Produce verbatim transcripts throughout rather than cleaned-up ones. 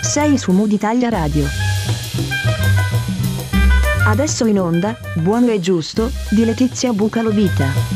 Sei su Mood Italia Radio. Adesso in onda, Buono e Giusto, di Letizia Bucalovita.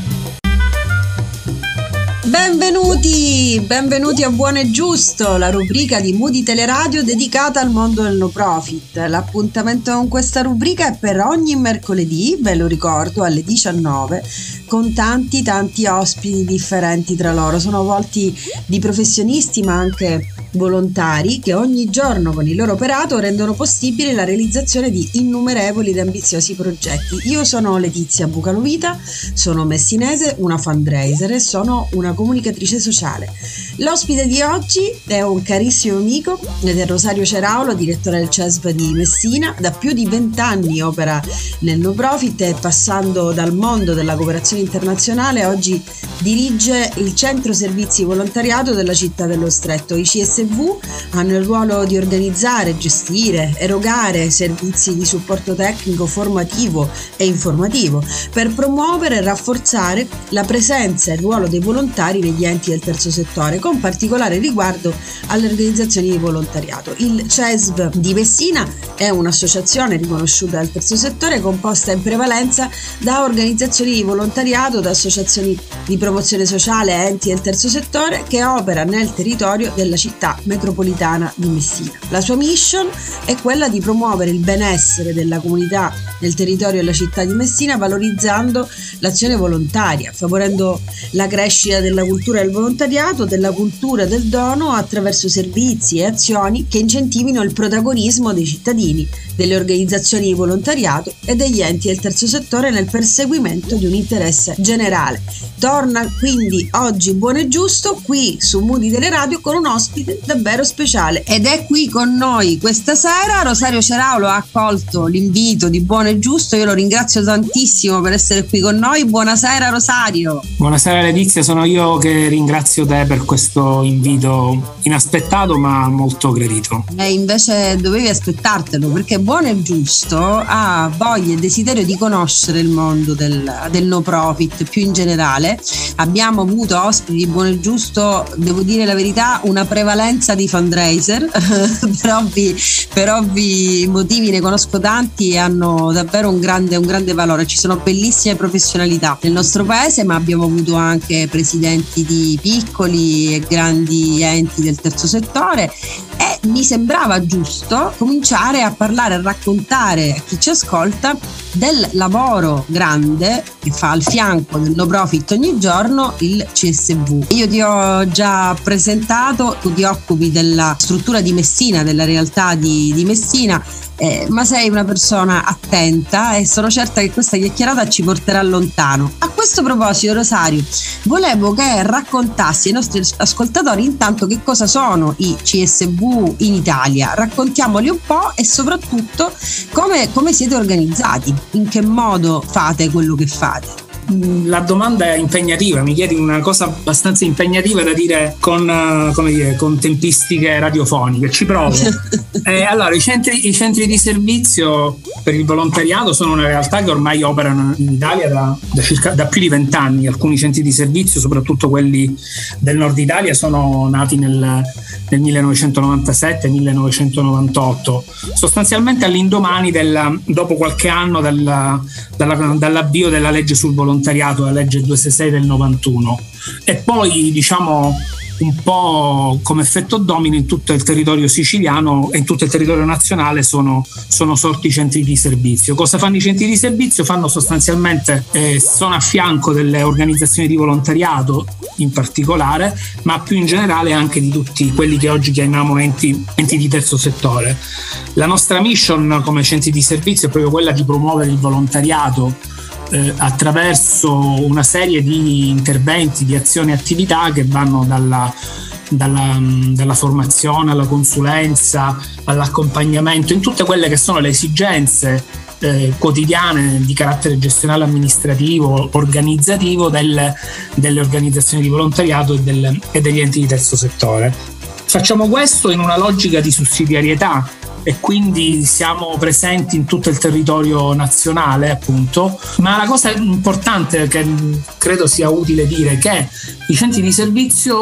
Benvenuti, benvenuti a Buono e Giusto, la rubrica di Mood Teleradio dedicata al mondo del no profit. L'appuntamento con questa rubrica è per ogni mercoledì, ve lo ricordo, alle diciannove, con tanti tanti ospiti differenti tra loro. Sono volti di professionisti ma anche volontari che ogni giorno con il loro operato rendono possibile la realizzazione di innumerevoli ed ambiziosi progetti. Io sono Letizia Bucalovita, sono messinese, una fundraiser e sono una comunicatrice sociale. L'ospite di oggi è un carissimo amico ed è Rosario Ceraulo, direttore del C E S B di Messina. Da più di vent'anni opera nel no profit e, passando dal mondo della cooperazione internazionale, oggi dirige il centro servizi volontariato della città dello Stretto. I C S V hanno il ruolo di organizzare, gestire, erogare servizi di supporto tecnico, formativo e informativo per promuovere e rafforzare la presenza e il ruolo dei volontari negli enti del terzo settore, con particolare riguardo alle organizzazioni di volontariato. Il C E S V di Messina è un'associazione riconosciuta dal terzo settore, composta in prevalenza da organizzazioni di volontariato, da associazioni di promozione sociale e enti del terzo settore, che opera nel territorio della città metropolitana di Messina. La sua mission è quella di promuovere il benessere della comunità nel territorio della città di Messina, valorizzando l'azione volontaria, favorendo la crescita della cultura del volontariato, della cultura del dono, attraverso servizi e azioni che incentivino il protagonismo dei cittadini, delle organizzazioni di volontariato e degli enti del terzo settore nel perseguimento di un interesse generale. Torna quindi oggi Buono e Giusto qui su Mood Teleradio con un ospite davvero speciale, ed è qui con noi questa sera Rosario Ceraulo. Ha accolto l'invito di Buono e Giusto, io lo ringrazio tantissimo per essere qui con noi. Buonasera Rosario. Buonasera Letizia, sono io che ringrazio te per questo invito inaspettato ma molto gradito. E invece dovevi aspettartelo, perché Buono e Giusto ha voglia e desiderio di conoscere il mondo del, del no profit più in generale. Abbiamo avuto ospiti di Buono e Giusto, devo dire la verità, una prevalenza di fundraiser per, ovvi, per ovvi motivi, ne conosco tanti e hanno davvero un grande, un grande valore. Ci sono bellissime professionalità nel nostro paese, ma abbiamo avuto anche presidenti di piccoli e grandi enti del terzo settore, e mi sembrava giusto cominciare a parlare, a raccontare a chi ci ascolta del lavoro grande che fa al fianco del no profit ogni giorno il C S V. Io ti ho già presentato, tu ti occupi della struttura di Messina, della realtà di, di Messina, eh, ma sei una persona attenta e sono certa che questa chiacchierata ci porterà lontano. A questo proposito, Rosario, volevo che raccontassi ai nostri ascoltatori intanto che cosa sono i C S V in Italia, raccontiamoli un po' e soprattutto come, come siete organizzati, in che modo fate quello che fate. La domanda è impegnativa, mi chiedi una cosa abbastanza impegnativa da dire con, come dire, con tempistiche radiofoniche, ci provo. eh, allora, i centri, i centri di servizio per il volontariato sono una realtà che ormai operano in Italia da, da, circa, da più di vent'anni. Alcuni centri di servizio, soprattutto quelli del nord Italia, sono nati nel, nel millenovecentonovantasette millenovecentonovantotto, sostanzialmente all'indomani del, dopo qualche anno dalla, dalla, dall'avvio della legge sul volontariato, la legge duecentosessantasei del novantuno, e poi diciamo un po' come effetto domino in tutto il territorio siciliano e in tutto il territorio nazionale sono, sono sorti i centri di servizio. Cosa fanno i centri di servizio? Fanno sostanzialmente, eh, sono a fianco delle organizzazioni di volontariato in particolare, ma più in generale anche di tutti quelli che oggi chiamiamo enti, enti di terzo settore. La nostra mission come centri di servizio è proprio quella di promuovere il volontariato Eh, attraverso una serie di interventi, di azioni e attività che vanno dalla, dalla, dalla formazione alla consulenza, all'accompagnamento in tutte quelle che sono le esigenze eh, quotidiane di carattere gestionale, amministrativo, organizzativo delle, delle organizzazioni di volontariato e, del, e degli enti di terzo settore. Facciamo questo in una logica di sussidiarietà e quindi siamo presenti in tutto il territorio nazionale, appunto. Ma la cosa importante che credo sia utile dire è che i centri di servizio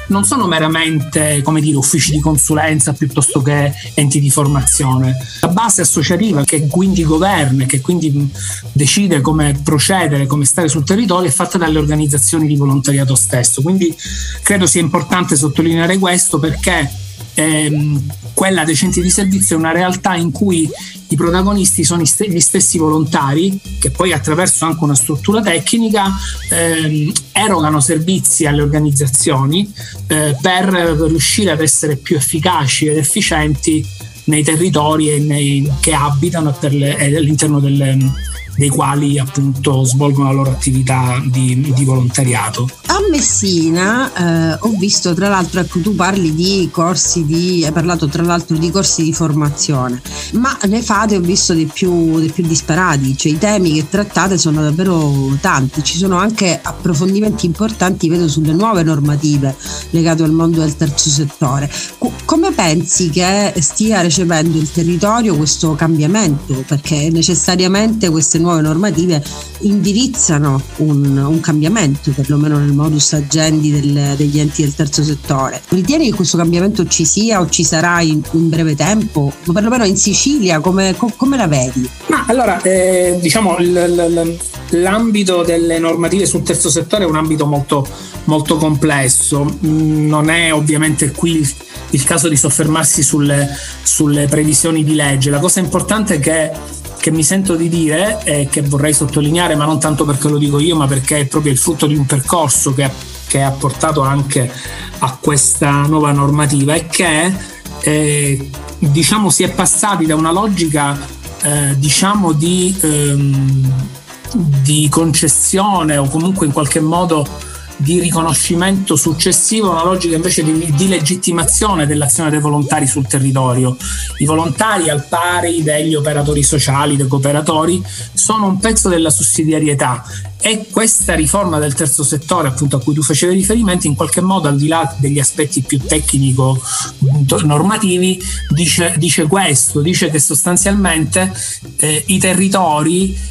non sono meramente, come dire, uffici di consulenza piuttosto che enti di formazione. La base associativa che quindi governa, che quindi decide come procedere, come stare sul territorio, è fatta dalle organizzazioni di volontariato stesso. Quindi credo sia importante sottolineare questo, perché ehm, quella dei centri di servizio è una realtà in cui i protagonisti sono gli stessi volontari, che poi attraverso anche una struttura tecnica ehm, erogano servizi alle organizzazioni eh, per riuscire ad essere più efficaci ed efficienti nei territori e nei, che abitano per le, all'interno delle, dei quali appunto svolgono la loro attività di, di volontariato. A Messina eh, ho visto, tra l'altro, ecco, tu parli di corsi di, hai parlato tra l'altro di corsi di formazione, ma ne fate, ho visto, dei più, dei più disparati, cioè i temi che trattate sono davvero tanti, ci sono anche approfondimenti importanti, vedo, sulle nuove normative legate al mondo del terzo settore. Co- come pensi che stia recependo il territorio questo cambiamento? Perché necessariamente queste nuove normative indirizzano un, un cambiamento, perlomeno nel modus agendi del, degli enti del terzo settore. Ritieni che questo cambiamento ci sia o ci sarà in, in breve tempo? O perlomeno in Sicilia come, co, come la vedi? Ma allora, eh, diciamo, l, l, l'ambito delle normative sul terzo settore è un ambito molto, molto complesso. Non è ovviamente qui il caso di soffermarsi sulle, sulle previsioni di legge. La cosa importante è che che mi sento di dire e che vorrei sottolineare, ma non tanto perché lo dico io, ma perché è proprio il frutto di un percorso che, che ha portato anche a questa nuova normativa, è che eh, diciamo si è passati da una logica eh, diciamo di, ehm, di concessione o comunque in qualche modo di riconoscimento successivo, una logica invece di, di legittimazione dell'azione dei volontari sul territorio. I volontari, al pari degli operatori sociali, dei cooperatori, sono un pezzo della sussidiarietà, e questa riforma del terzo settore, appunto, a cui tu facevi riferimento, in qualche modo, al di là degli aspetti più tecnico normativi, dice, dice questo, dice che sostanzialmente eh, i territori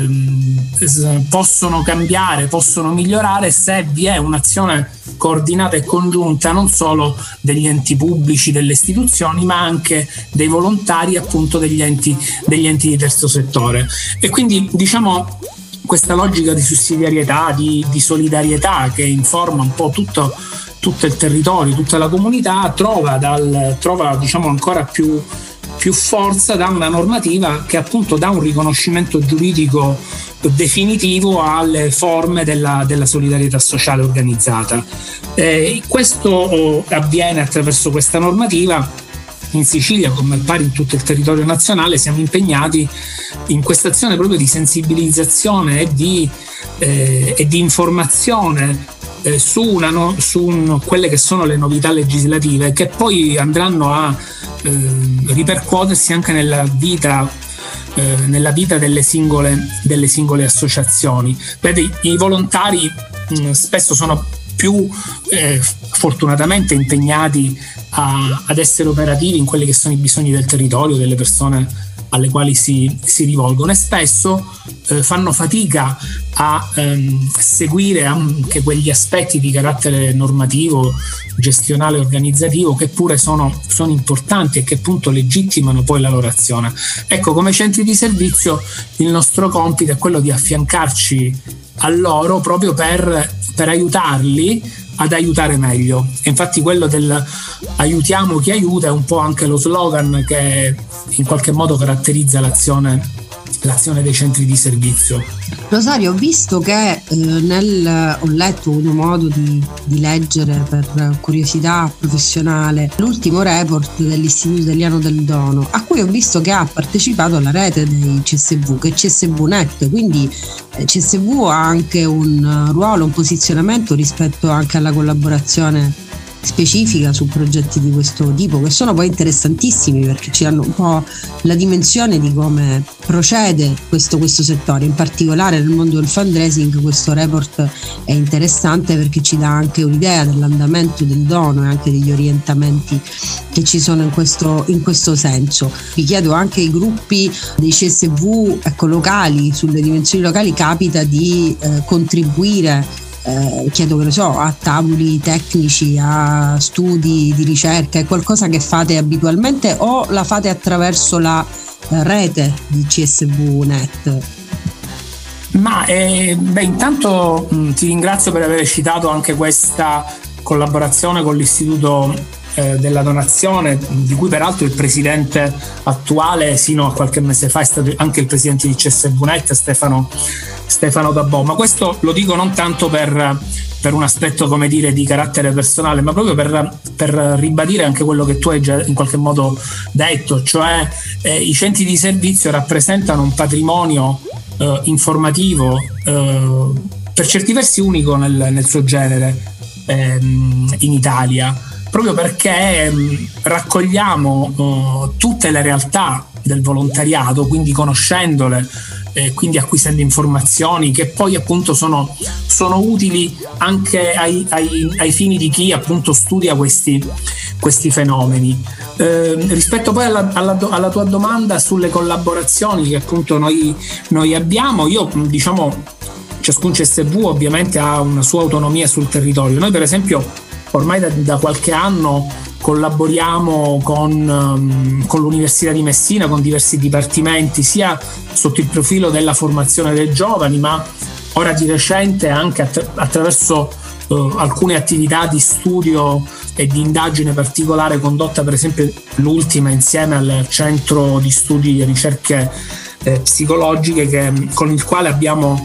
ehm, possono cambiare, possono migliorare se vi è un'azione coordinata e congiunta non solo degli enti pubblici, delle istituzioni, ma anche dei volontari, appunto, degli enti, degli enti di terzo settore. E quindi, diciamo, questa logica di sussidiarietà, di, di solidarietà che informa un po' tutto, tutto il territorio, tutta la comunità, trova, dal, trova diciamo ancora più, più forza da una normativa che appunto dà un riconoscimento giuridico definitivo alle forme della, della solidarietà sociale organizzata. Eh, questo avviene attraverso questa normativa. In Sicilia, come al pari in tutto il territorio nazionale, siamo impegnati in questa azione proprio di sensibilizzazione e di, eh, e di informazione eh, su, una no, su un, quelle che sono le novità legislative, che poi andranno a eh, ripercuotersi anche nella vita, eh, nella vita delle singole, delle singole associazioni. Vedi, i volontari mh, spesso sono più eh, fortunatamente impegnati a, ad essere operativi in quelli che sono i bisogni del territorio, delle persone alle quali si, si rivolgono, e spesso eh, fanno fatica a ehm, seguire anche quegli aspetti di carattere normativo, gestionale e organizzativo che pure sono, sono importanti e che appunto legittimano poi la loro azione. Ecco, come centri di servizio il nostro compito è quello di affiancarci a loro proprio per, per aiutarli ad aiutare meglio. E infatti quello del aiutiamo chi aiuta è un po' anche lo slogan che in qualche modo caratterizza l'azione, l'azione dei centri di servizio. Rosario, ho visto che eh, nel ho letto, ho avuto modo di, di leggere per curiosità professionale l'ultimo report dell'Istituto Italiano del Dono, a cui ho visto che ha partecipato alla rete dei C S V, che è C S V Net, quindi eh, C S V ha anche un ruolo, un posizionamento rispetto anche alla collaborazione specifica su progetti di questo tipo, che sono poi interessantissimi perché ci danno un po' la dimensione di come procede questo, questo settore. In particolare nel mondo del fundraising questo report è interessante perché ci dà anche un'idea dell'andamento del dono e anche degli orientamenti che ci sono in questo, in questo senso. Vi chiedo anche ai gruppi dei C S V, ecco, locali, sulle dimensioni locali capita di eh, contribuire eh, chiedo che lo so, a tavoli tecnici, a studi di ricerca, è qualcosa che fate abitualmente o la fate attraverso la rete di C S V Net? Ma eh, beh, intanto mh, ti ringrazio per aver citato anche questa collaborazione con l'Istituto eh, della Donazione, di cui peraltro il presidente attuale sino a qualche mese fa è stato anche il presidente di C S V Net, Stefano, Stefano Dabò. Ma questo lo dico non tanto per, per un aspetto, come dire, di carattere personale, ma proprio per, per ribadire anche quello che tu hai già in qualche modo detto, cioè eh, i centri di servizio rappresentano un patrimonio eh, informativo eh, per certi versi unico nel, nel suo genere ehm, in Italia, proprio perché ehm, raccogliamo eh, tutte le realtà del volontariato, quindi conoscendole, eh, quindi acquisendo informazioni che poi appunto sono, sono utili anche ai, ai, ai fini di chi appunto studia questi, questi fenomeni. Eh, rispetto poi alla, alla, alla tua domanda sulle collaborazioni che appunto noi, noi abbiamo, io diciamo ciascun C S V ovviamente ha una sua autonomia sul territorio. Noi per esempio ormai da, da qualche anno collaboriamo con, um, con l'Università di Messina, con diversi dipartimenti, sia sotto il profilo della formazione dei giovani, ma ora di recente anche att- attraverso uh, alcune attività di studio e di indagine particolare condotta, per esempio l'ultima insieme al Centro di Studi e Ricerche eh, Psicologiche, che, con il quale abbiamo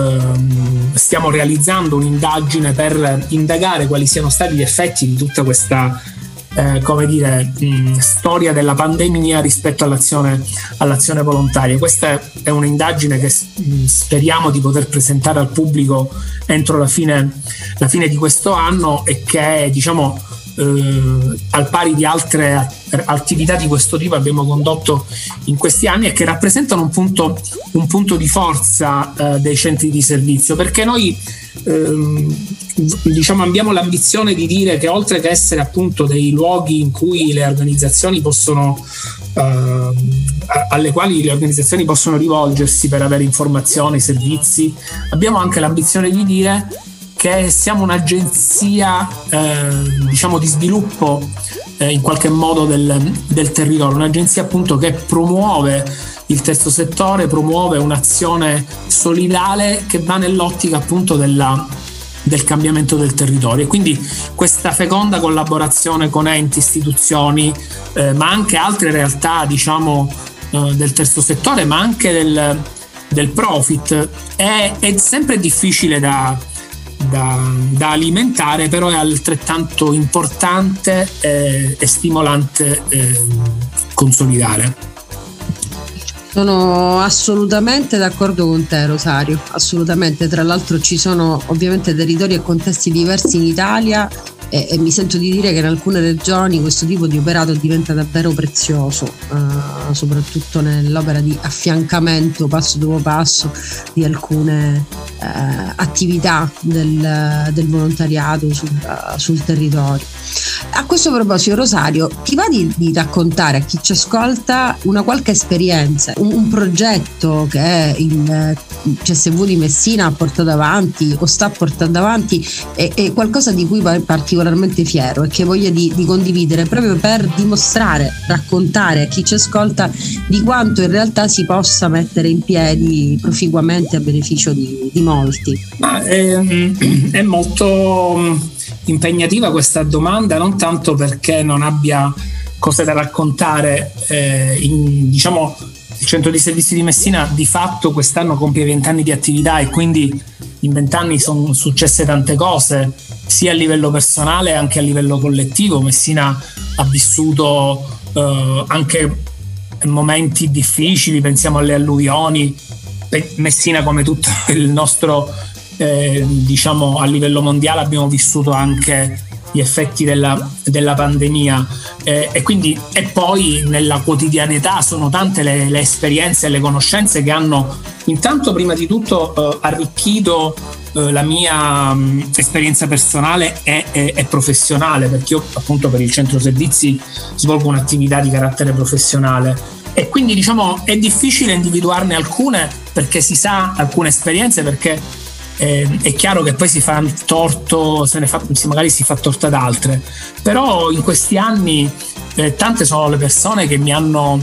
Uh, stiamo realizzando un'indagine per indagare quali siano stati gli effetti di tutta questa eh, come dire mh, storia della pandemia rispetto all'azione, all'azione volontaria. Questa è un'indagine che mh, speriamo di poter presentare al pubblico entro la fine, la fine di questo anno, e che diciamo eh, al pari di altre attività di questo tipo abbiamo condotto in questi anni, e che rappresentano un punto, un punto di forza eh, dei centri di servizio, perché noi ehm, diciamo abbiamo l'ambizione di dire che, oltre che essere appunto dei luoghi in cui le organizzazioni possono eh, alle quali le organizzazioni possono rivolgersi per avere informazioni, servizi, abbiamo anche l'ambizione di dire che siamo un'agenzia eh, diciamo di sviluppo eh, in qualche modo del, del territorio, un'agenzia appunto che promuove il terzo settore, promuove un'azione solidale che va nell'ottica appunto della, del cambiamento del territorio. E quindi questa feconda collaborazione con enti, istituzioni, eh, ma anche altre realtà diciamo eh, del terzo settore, ma anche del, del profit, è, è sempre difficile da Da, da alimentare, però è altrettanto importante eh, e stimolante eh, consolidare. Sono assolutamente d'accordo con te, Rosario, assolutamente. Tra l'altro ci sono ovviamente territori e contesti diversi in Italia, e, e mi sento di dire che in alcune regioni questo tipo di operato diventa davvero prezioso, eh, soprattutto nell'opera di affiancamento passo dopo passo di alcune eh, attività del, del volontariato sul, uh, sul territorio. A questo proposito, Rosario, ti va di, di raccontare a chi ci ascolta una qualche esperienza, un, un progetto che il C S V di Messina ha portato avanti o sta portando avanti, e, e qualcosa di cui è particolarmente fiero e che voglia di, di condividere, proprio per dimostrare, raccontare a chi ci ascolta di quanto in realtà si possa mettere in piedi proficuamente a beneficio di, di molti. Ma è, è molto impegnativa questa domanda, non tanto perché non abbia cose da raccontare. Eh, in, diciamo il centro di servizi di Messina di fatto quest'anno compie vent'anni di attività, e quindi in vent'anni sono successe tante cose sia a livello personale anche a livello collettivo. Messina ha vissuto eh, anche momenti difficili, pensiamo alle alluvioni. Messina, come tutto il nostro Eh, diciamo a livello mondiale, abbiamo vissuto anche gli effetti della, della pandemia, eh, e quindi e poi nella quotidianità sono tante le, le esperienze e le conoscenze che hanno intanto prima di tutto eh, arricchito eh, la mia mh, esperienza personale e, e, e professionale, perché io appunto per il centro servizi svolgo un'attività di carattere professionale, e quindi diciamo è difficile individuarne alcune, perché si sa alcune esperienze, perché eh, è chiaro che poi si fa torto, se ne fa, magari si fa torto ad altre, però in questi anni eh, tante sono le persone che mi hanno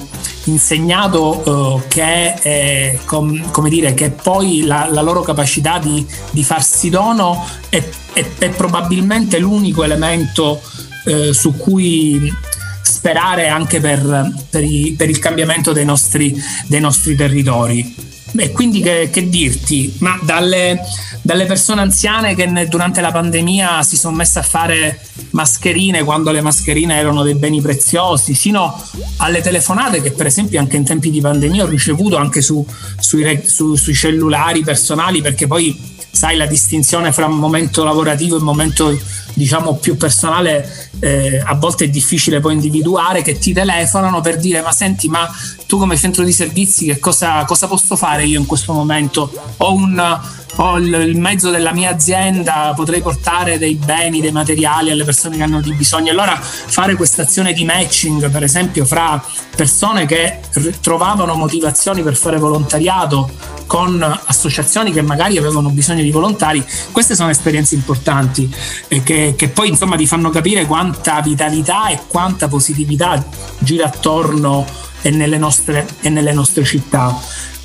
insegnato eh, che eh, com, come dire che poi la, la loro capacità di, di farsi dono è, è, è probabilmente l'unico elemento eh, su cui sperare anche per, per, i, per il cambiamento dei nostri, dei nostri territori. E quindi che, che dirti, ma dalle, dalle persone anziane che ne, durante la pandemia si sono messe a fare mascherine quando le mascherine erano dei beni preziosi, sino alle telefonate che per esempio anche in tempi di pandemia ho ricevuto anche su, sui, su, sui cellulari personali, perché poi sai la distinzione fra momento lavorativo e momento diciamo più personale eh, a volte è difficile poi individuare, che ti telefonano per dire ma senti, ma tu come centro di servizi che cosa, cosa posso fare io in questo momento? Ho un ho il, il mezzo della mia azienda, potrei portare dei beni, dei materiali alle persone che hanno di bisogno. Allora fare questa azione di matching per esempio fra persone che trovavano motivazioni per fare volontariato con associazioni che magari avevano bisogno di volontari, queste sono esperienze importanti eh, che, che poi insomma ti fanno capire quanta vitalità e quanta positività gira attorno e nelle nostre, e nelle nostre città.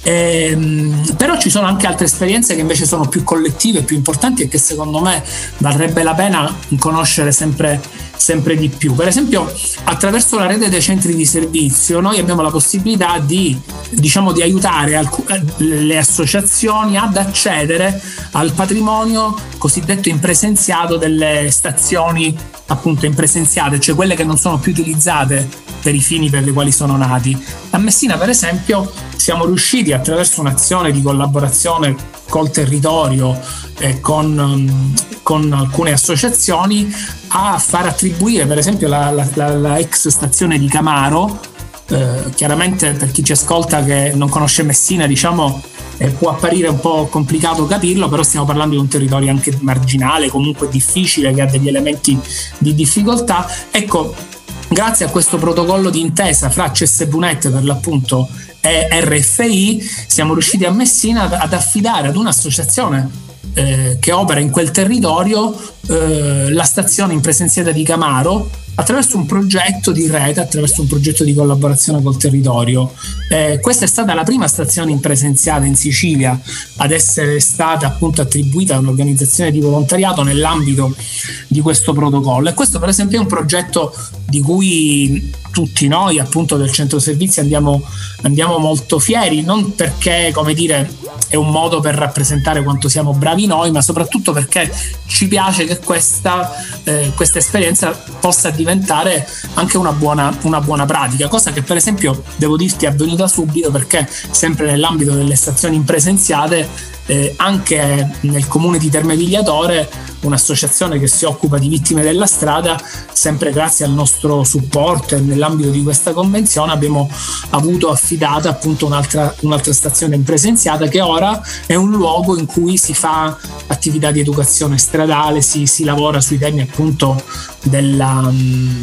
Ehm, però ci sono anche altre esperienze che invece sono più collettive, più importanti e che secondo me varrebbe la pena conoscere sempre, sempre di più. Per esempio attraverso la rete dei centri di servizio noi abbiamo la possibilità di, diciamo, di aiutare alc- le associazioni ad accedere al patrimonio cosiddetto impresenziato delle stazioni appunto impresenziate, cioè quelle che non sono più utilizzate per i fini per i quali sono nati. A Messina per esempio siamo riusciti attraverso un'azione di collaborazione col territorio e con, con alcune associazioni a far attribuire per esempio la, la, la, la ex stazione di Camaro. Eh, chiaramente per chi ci ascolta che non conosce Messina diciamo eh, può apparire un po' complicato capirlo, però stiamo parlando di un territorio anche marginale, comunque difficile, che ha degli elementi di difficoltà. Ecco, grazie a questo protocollo di intesa fra C S Bunette per l'appunto e R F I siamo riusciti a Messina ad affidare ad un'associazione eh, che opera in quel territorio eh, la stazione impresenziata di Camaro attraverso un progetto di rete, attraverso un progetto di collaborazione col territorio. Eh, questa è stata la prima stazione impresenziata in Sicilia ad essere stata appunto attribuita a un'organizzazione di volontariato nell'ambito di questo protocollo, e questo per esempio è un progetto di cui tutti noi appunto del centro servizi andiamo, andiamo molto fieri, non perché come dire è un modo per rappresentare quanto siamo bravi noi, ma soprattutto perché ci piace che questa, eh, questa esperienza possa diventare anche una buona, una buona pratica, cosa che per esempio devo dirti è avvenuta subito, perché sempre nell'ambito delle stazioni impresenziate eh, anche nel comune di Terme Vigliatore un'associazione che si occupa di vittime della strada, sempre grazie al nostro supporto e nell'ambito di questa convenzione abbiamo avuto affidata appunto un'altra, un'altra stazione impresenziata che ora è un luogo in cui si fa attività di educazione stradale, si, si lavora sui temi appunto della,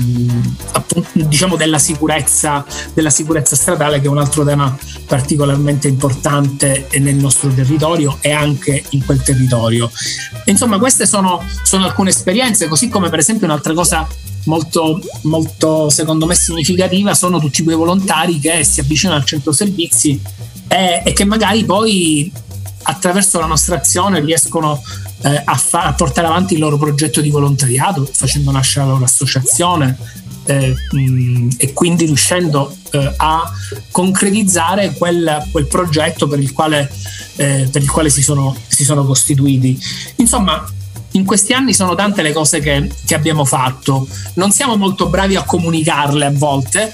appunto, diciamo della sicurezza, della sicurezza stradale, che è un altro tema particolarmente importante nel nostro territorio e anche in quel territorio. Insomma, queste sono sono alcune esperienze, così come per esempio un'altra cosa molto, molto secondo me significativa sono tutti quei volontari che si avvicinano al centro servizi e, e che magari poi attraverso la nostra azione riescono eh, a, fa- a portare avanti il loro progetto di volontariato, facendo nascere la loro associazione eh, mh, e quindi riuscendo eh, a concretizzare quel, quel progetto per il quale, eh, per il quale si sono, si sono costituiti. Insomma, in questi anni sono tante le cose che, che abbiamo fatto, non siamo molto bravi a comunicarle a volte,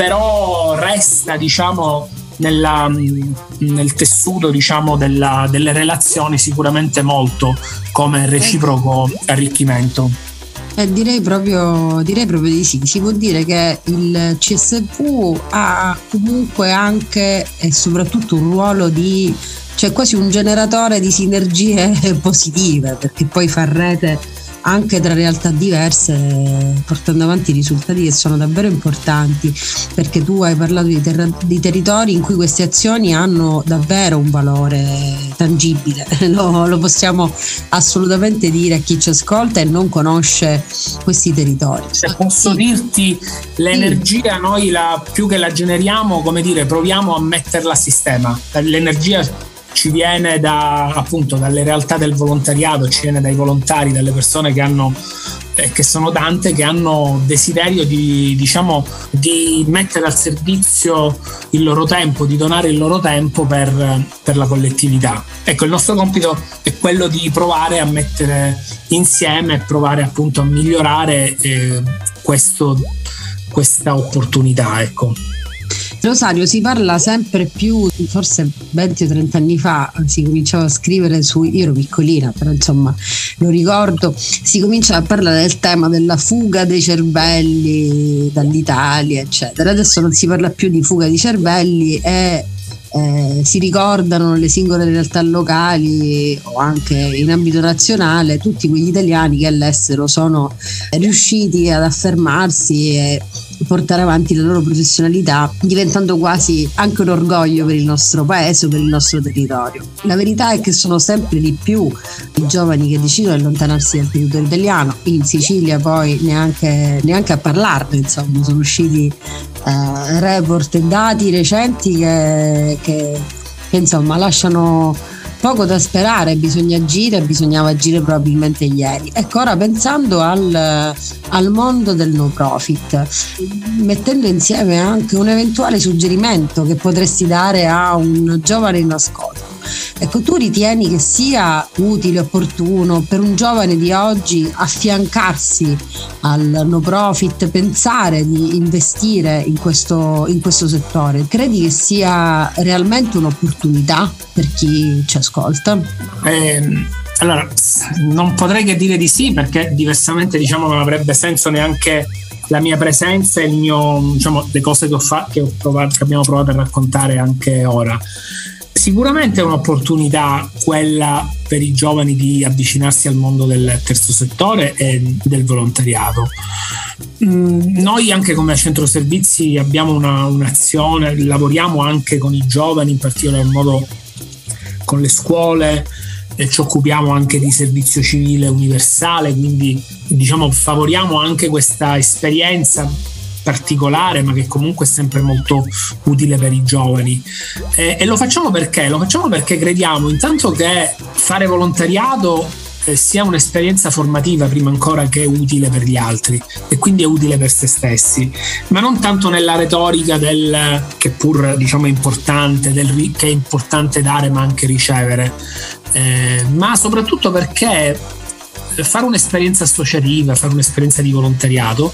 però resta diciamo nella, nel tessuto diciamo della, delle relazioni sicuramente molto come reciproco arricchimento. Eh, direi proprio direi proprio di sì. Si può dire che il C S V ha comunque anche e soprattutto un ruolo di, cioè quasi un generatore di sinergie positive, perché poi fa rete anche tra realtà diverse, portando avanti risultati che sono davvero importanti, perché tu hai parlato di, ter- di territori in cui queste azioni hanno davvero un valore tangibile, lo, lo possiamo assolutamente dire a chi ci ascolta e non conosce questi territori. Se posso sì. dirti, l'energia sì. noi la, più che la generiamo, come dire, proviamo a metterla a sistema. L'energia ci viene da, appunto, dalle realtà del volontariato, ci viene dai volontari, dalle persone che hanno eh, che sono tante, che hanno desiderio di, diciamo, di mettere al servizio il loro tempo, di donare il loro tempo per, per la collettività. Ecco, il nostro compito è quello di provare a mettere insieme e provare appunto a migliorare eh, questo, questa opportunità, ecco. Rosario, si parla sempre più, forse venti o trenta anni fa si cominciava a scrivere su, io ero piccolina però insomma lo ricordo, si comincia a parlare del tema della fuga dei cervelli dall'Italia eccetera. Adesso non si parla più di fuga di cervelli e eh, si ricordano le singole realtà locali o anche in ambito nazionale tutti quegli italiani che all'estero sono riusciti ad affermarsi e portare avanti la loro professionalità, diventando quasi anche un orgoglio per il nostro paese o per il nostro territorio. La verità è che sono sempre di più i giovani che decidono di allontanarsi dal territorio italiano. In Sicilia poi neanche, neanche a parlarne, insomma, sono usciti eh, report e dati recenti che, che, che insomma lasciano poco da sperare. Bisogna agire, bisognava agire probabilmente ieri. Ecco, ora pensando al, al mondo del no profit, mettendo insieme anche un eventuale suggerimento che potresti dare a un giovane in ascolto, ecco, tu ritieni che sia utile, opportuno per un giovane di oggi affiancarsi al no profit, pensare di investire in questo, in questo settore? Credi che sia realmente un'opportunità per chi ci ascolta? Eh, allora, non potrei che dire di sì, perché diversamente, diciamo, non avrebbe senso neanche la mia presenza e il mio, diciamo, le cose che ho fatto, che, ho provato, che abbiamo provato a raccontare anche ora. Sicuramente è un'opportunità quella per i giovani di avvicinarsi al mondo del terzo settore e del volontariato. Noi anche come centro servizi abbiamo una, un'azione, lavoriamo anche con i giovani, in particolar modo con le scuole, e ci occupiamo anche di servizio civile universale, quindi diciamo favoriamo anche questa esperienza particolare, ma che comunque è sempre molto utile per i giovani. E, e lo facciamo perché? Lo facciamo perché crediamo intanto che fare volontariato eh, sia un'esperienza formativa prima ancora che utile per gli altri, e quindi è utile per se stessi, ma non tanto nella retorica del che pur diciamo è importante, del che è importante dare ma anche ricevere, eh, ma soprattutto perché fare un'esperienza associativa, fare un'esperienza di volontariato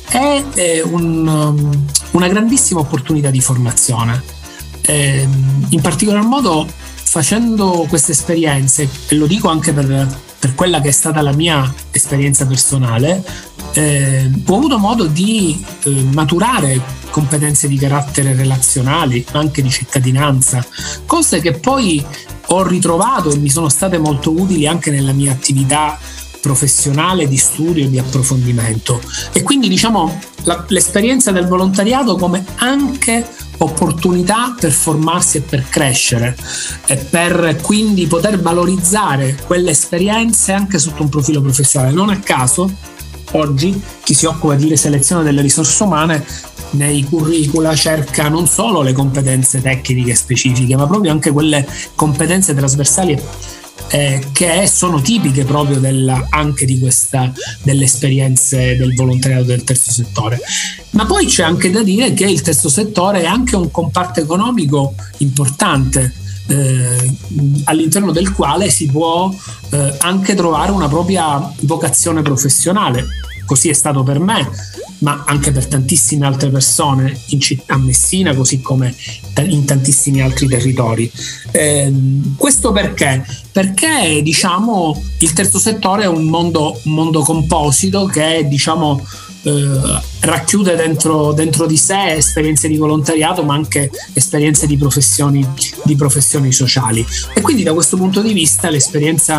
è eh, un, una grandissima opportunità di formazione. Eh, in particolar modo facendo queste esperienze, e lo dico anche per, per quella che è stata la mia esperienza personale, eh, ho avuto modo di eh, maturare competenze di carattere relazionali, anche di cittadinanza, cose che poi ho ritrovato e mi sono state molto utili anche nella mia attività professionale, di studio e di approfondimento. E quindi diciamo la, l'esperienza del volontariato come anche opportunità per formarsi e per crescere, e per quindi poter valorizzare quelle esperienze anche sotto un profilo professionale. Non a caso oggi chi si occupa di selezione delle risorse umane nei curricula cerca non solo le competenze tecniche specifiche, ma proprio anche quelle competenze trasversali Eh, che sono tipiche proprio della, anche di questa, delle esperienze del volontariato del terzo settore. Ma poi c'è anche da dire che il terzo settore è anche un comparto economico importante, eh, all'interno del quale si può eh, anche trovare una propria vocazione professionale. Così è stato per me, ma anche per tantissime altre persone in città, a Messina, così come in tantissimi altri territori. Eh, questo perché? Perché diciamo il terzo settore è un mondo, un mondo composito che diciamo eh, racchiude dentro, dentro di sé esperienze di volontariato, ma anche esperienze di professioni, di professioni sociali. E quindi da questo punto di vista l'esperienza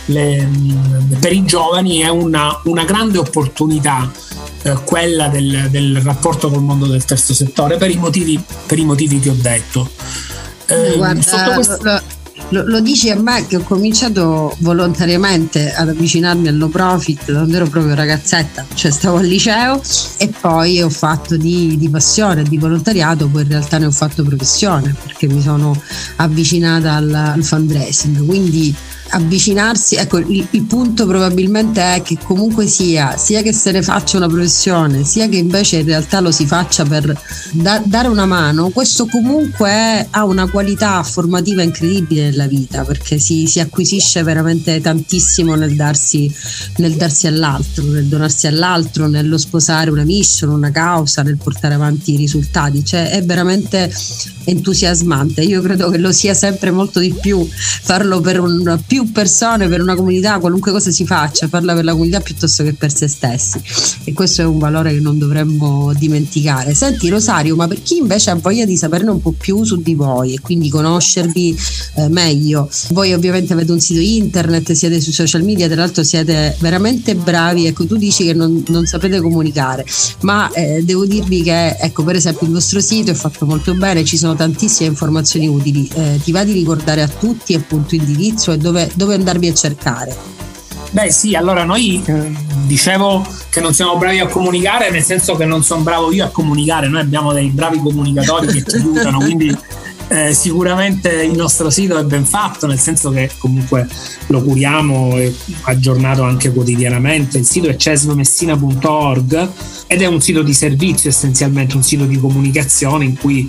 le, per i giovani è una, una grande opportunità, eh, quella del, del rapporto col mondo del terzo settore, per i motivi, per i motivi che ho detto. Eh, Guarda, questo... lo, lo, lo dici a me che ho cominciato volontariamente ad avvicinarmi al no profit quando ero proprio ragazzetta, cioè stavo al liceo, e poi ho fatto di, di passione, di volontariato, poi in realtà ne ho fatto professione perché mi sono avvicinata al, al fundraising. Quindi avvicinarsi, ecco, il, il punto probabilmente è che comunque sia sia che se ne faccia una professione, sia che invece in realtà lo si faccia per da, dare una mano, questo comunque è, ha una qualità formativa incredibile nella vita, perché si, si acquisisce veramente tantissimo nel darsi, nel darsi all'altro, nel donarsi all'altro, nello sposare una mission, una causa, nel portare avanti i risultati, cioè è veramente entusiasmante. Io credo che lo sia sempre molto di più farlo per un, più persone, per una comunità, qualunque cosa si faccia, farla per la comunità piuttosto che per se stessi, e questo è un valore che non dovremmo dimenticare. Senti Rosario, ma per chi invece ha voglia di saperne un po' più su di voi e quindi conoscervi eh, meglio, voi ovviamente avete un sito internet, siete sui social media, tra l'altro siete veramente bravi, ecco, tu dici che non, non sapete comunicare, ma eh, devo dirvi che, ecco, per esempio il vostro sito è fatto molto bene, ci sono tantissime informazioni utili, eh, ti va di ricordare a tutti appunto indirizzo e dove, dove andarvi a cercare? Beh sì, allora noi eh, dicevo che non siamo bravi a comunicare, nel senso che non sono bravo io a comunicare, noi abbiamo dei bravi comunicatori che ci aiutano, quindi eh, sicuramente il nostro sito è ben fatto, nel senso che comunque lo curiamo e aggiornato anche quotidianamente. Il sito è cesvmessina punto org ed è un sito di servizio, essenzialmente un sito di comunicazione in cui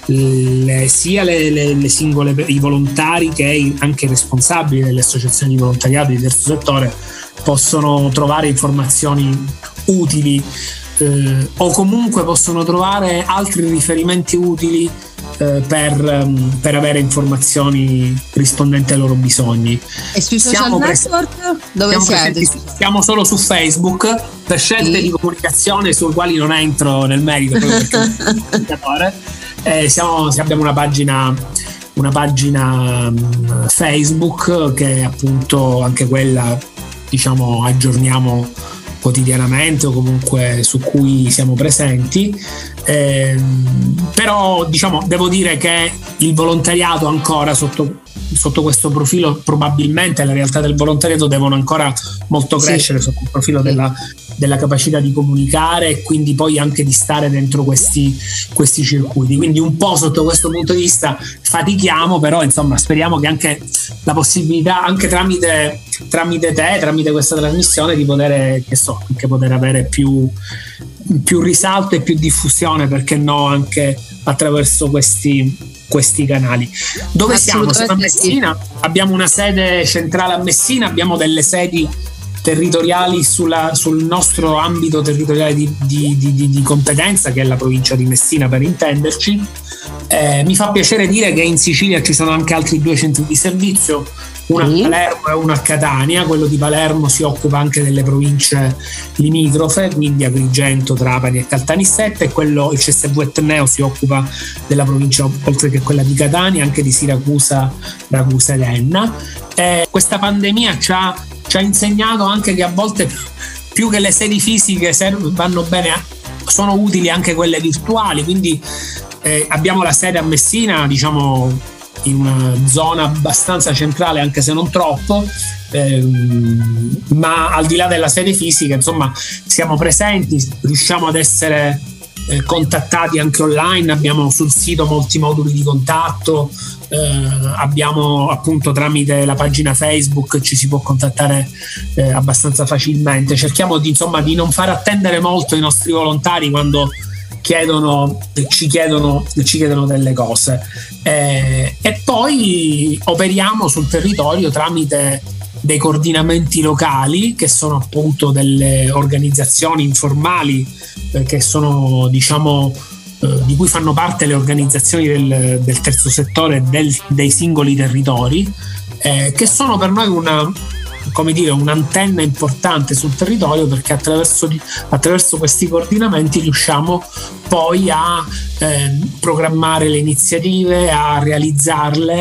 le, sia le, le, le singole, i volontari che anche i responsabili delle associazioni di volontariato di terzo settore possono trovare informazioni utili eh, o comunque possono trovare altri riferimenti utili eh, per, per avere informazioni rispondenti ai loro bisogni. E sui social siamo network pres- dove siamo siete? Presenti, siamo solo su Facebook per scelte sì. di comunicazione sulle quali non entro nel merito proprio perché eh, siamo, abbiamo una pagina una pagina Facebook che appunto anche quella diciamo aggiorniamo quotidianamente o comunque su cui siamo presenti, eh, però diciamo devo dire che il volontariato ancora sotto sotto questo profilo, probabilmente le realtà del volontariato devono ancora molto crescere sì. sotto il profilo della, della capacità di comunicare e quindi poi anche di stare dentro questi, questi circuiti, quindi un po' sotto questo punto di vista fatichiamo, però insomma speriamo che anche la possibilità anche tramite, tramite te, tramite questa trasmissione di poter, che so, anche poter avere più, più risalto e più diffusione, perché no, anche attraverso questi questi canali. Dove siamo? Siamo a Messina, sì. Abbiamo una sede centrale a Messina, abbiamo delle sedi territoriali sulla, sul nostro ambito territoriale di, di, di, di competenza, che è la provincia di Messina per intenderci. Eh, mi fa piacere dire che in Sicilia ci sono anche altri due centri di servizio, uno a Palermo e uno a Catania. Quello di Palermo si occupa anche delle province limitrofe, quindi Agrigento, Trapani e Caltanissetta, e quello, il C S V Etneo, si occupa della provincia oltre che quella di Catania, anche di Siracusa, Ragusa ed Enna. Eh, questa pandemia ci ha, ci ha insegnato anche che a volte più che le sedi fisiche serv- vanno bene, sono utili anche quelle virtuali, quindi eh, abbiamo la sede a Messina, diciamo in una zona abbastanza centrale, anche se non troppo, ehm, ma al di là della sede fisica insomma siamo presenti, riusciamo ad essere eh, contattati anche online, abbiamo sul sito molti moduli di contatto, eh, abbiamo appunto tramite la pagina Facebook ci si può contattare eh, abbastanza facilmente. Cerchiamo di insomma di non far attendere molto i nostri volontari quando chiedono ci chiedono ci chiedono delle cose, eh, e poi operiamo sul territorio tramite dei coordinamenti locali, che sono appunto delle organizzazioni informali eh, che sono diciamo eh, di cui fanno parte le organizzazioni del, del terzo settore del, dei singoli territori, eh, che sono per noi una come dire un'antenna importante sul territorio, perché attraverso, attraverso questi coordinamenti riusciamo poi a eh, programmare le iniziative, a realizzarle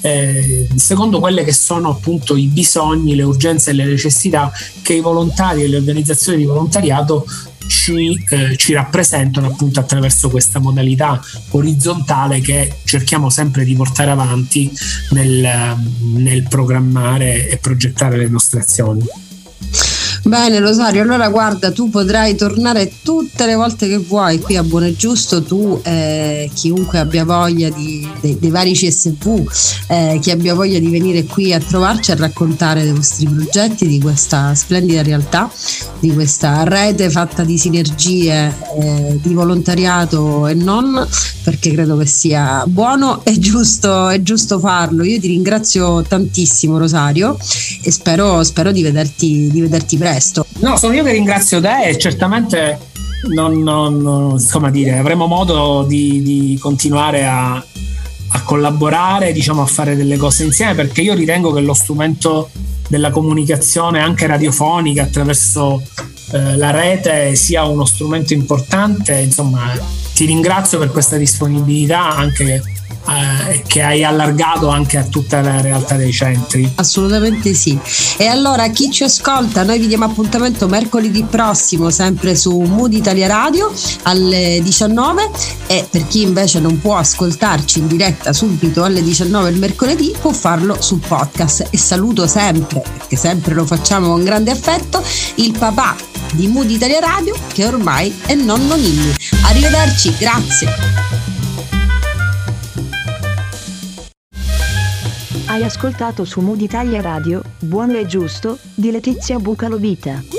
eh, secondo quelle che sono appunto i bisogni, le urgenze e le necessità che i volontari e le organizzazioni di volontariato Ci, eh, ci rappresentano appunto attraverso questa modalità orizzontale che cerchiamo sempre di portare avanti nel, nel programmare e progettare le nostre azioni. Bene Rosario, allora guarda, tu potrai tornare tutte le volte che vuoi qui a Buono e Giusto, tu eh, chiunque abbia voglia di, dei, dei vari C S V, eh, chi abbia voglia di venire qui a trovarci a raccontare dei vostri progetti, di questa splendida realtà, di questa rete fatta di sinergie, eh, di volontariato e non, perché credo che sia buono e giusto, è giusto farlo. Io ti ringrazio tantissimo Rosario e spero, spero di vederti, di vederti presto. No, sono io che ringrazio te e certamente non, non, non, come dire, avremo modo di, di continuare a, a collaborare, diciamo, a fare delle cose insieme, perché io ritengo che lo strumento della comunicazione anche radiofonica attraverso eh, la rete sia uno strumento importante. Insomma, ti ringrazio per questa disponibilità anche Eh, che hai allargato anche a tutta la realtà dei centri. Assolutamente sì. E allora chi ci ascolta, noi vi diamo appuntamento mercoledì prossimo sempre su Mood Italia Radio alle diciannove, e per chi invece non può ascoltarci in diretta subito alle diciannove il mercoledì può farlo sul podcast. E saluto sempre, perché sempre lo facciamo con grande affetto, il papà di Mood Italia Radio che ormai è nonno Nilli. Arrivederci, grazie. Hai ascoltato su Mood Italia Radio Buono e Giusto di Letizia Bucalo Vita.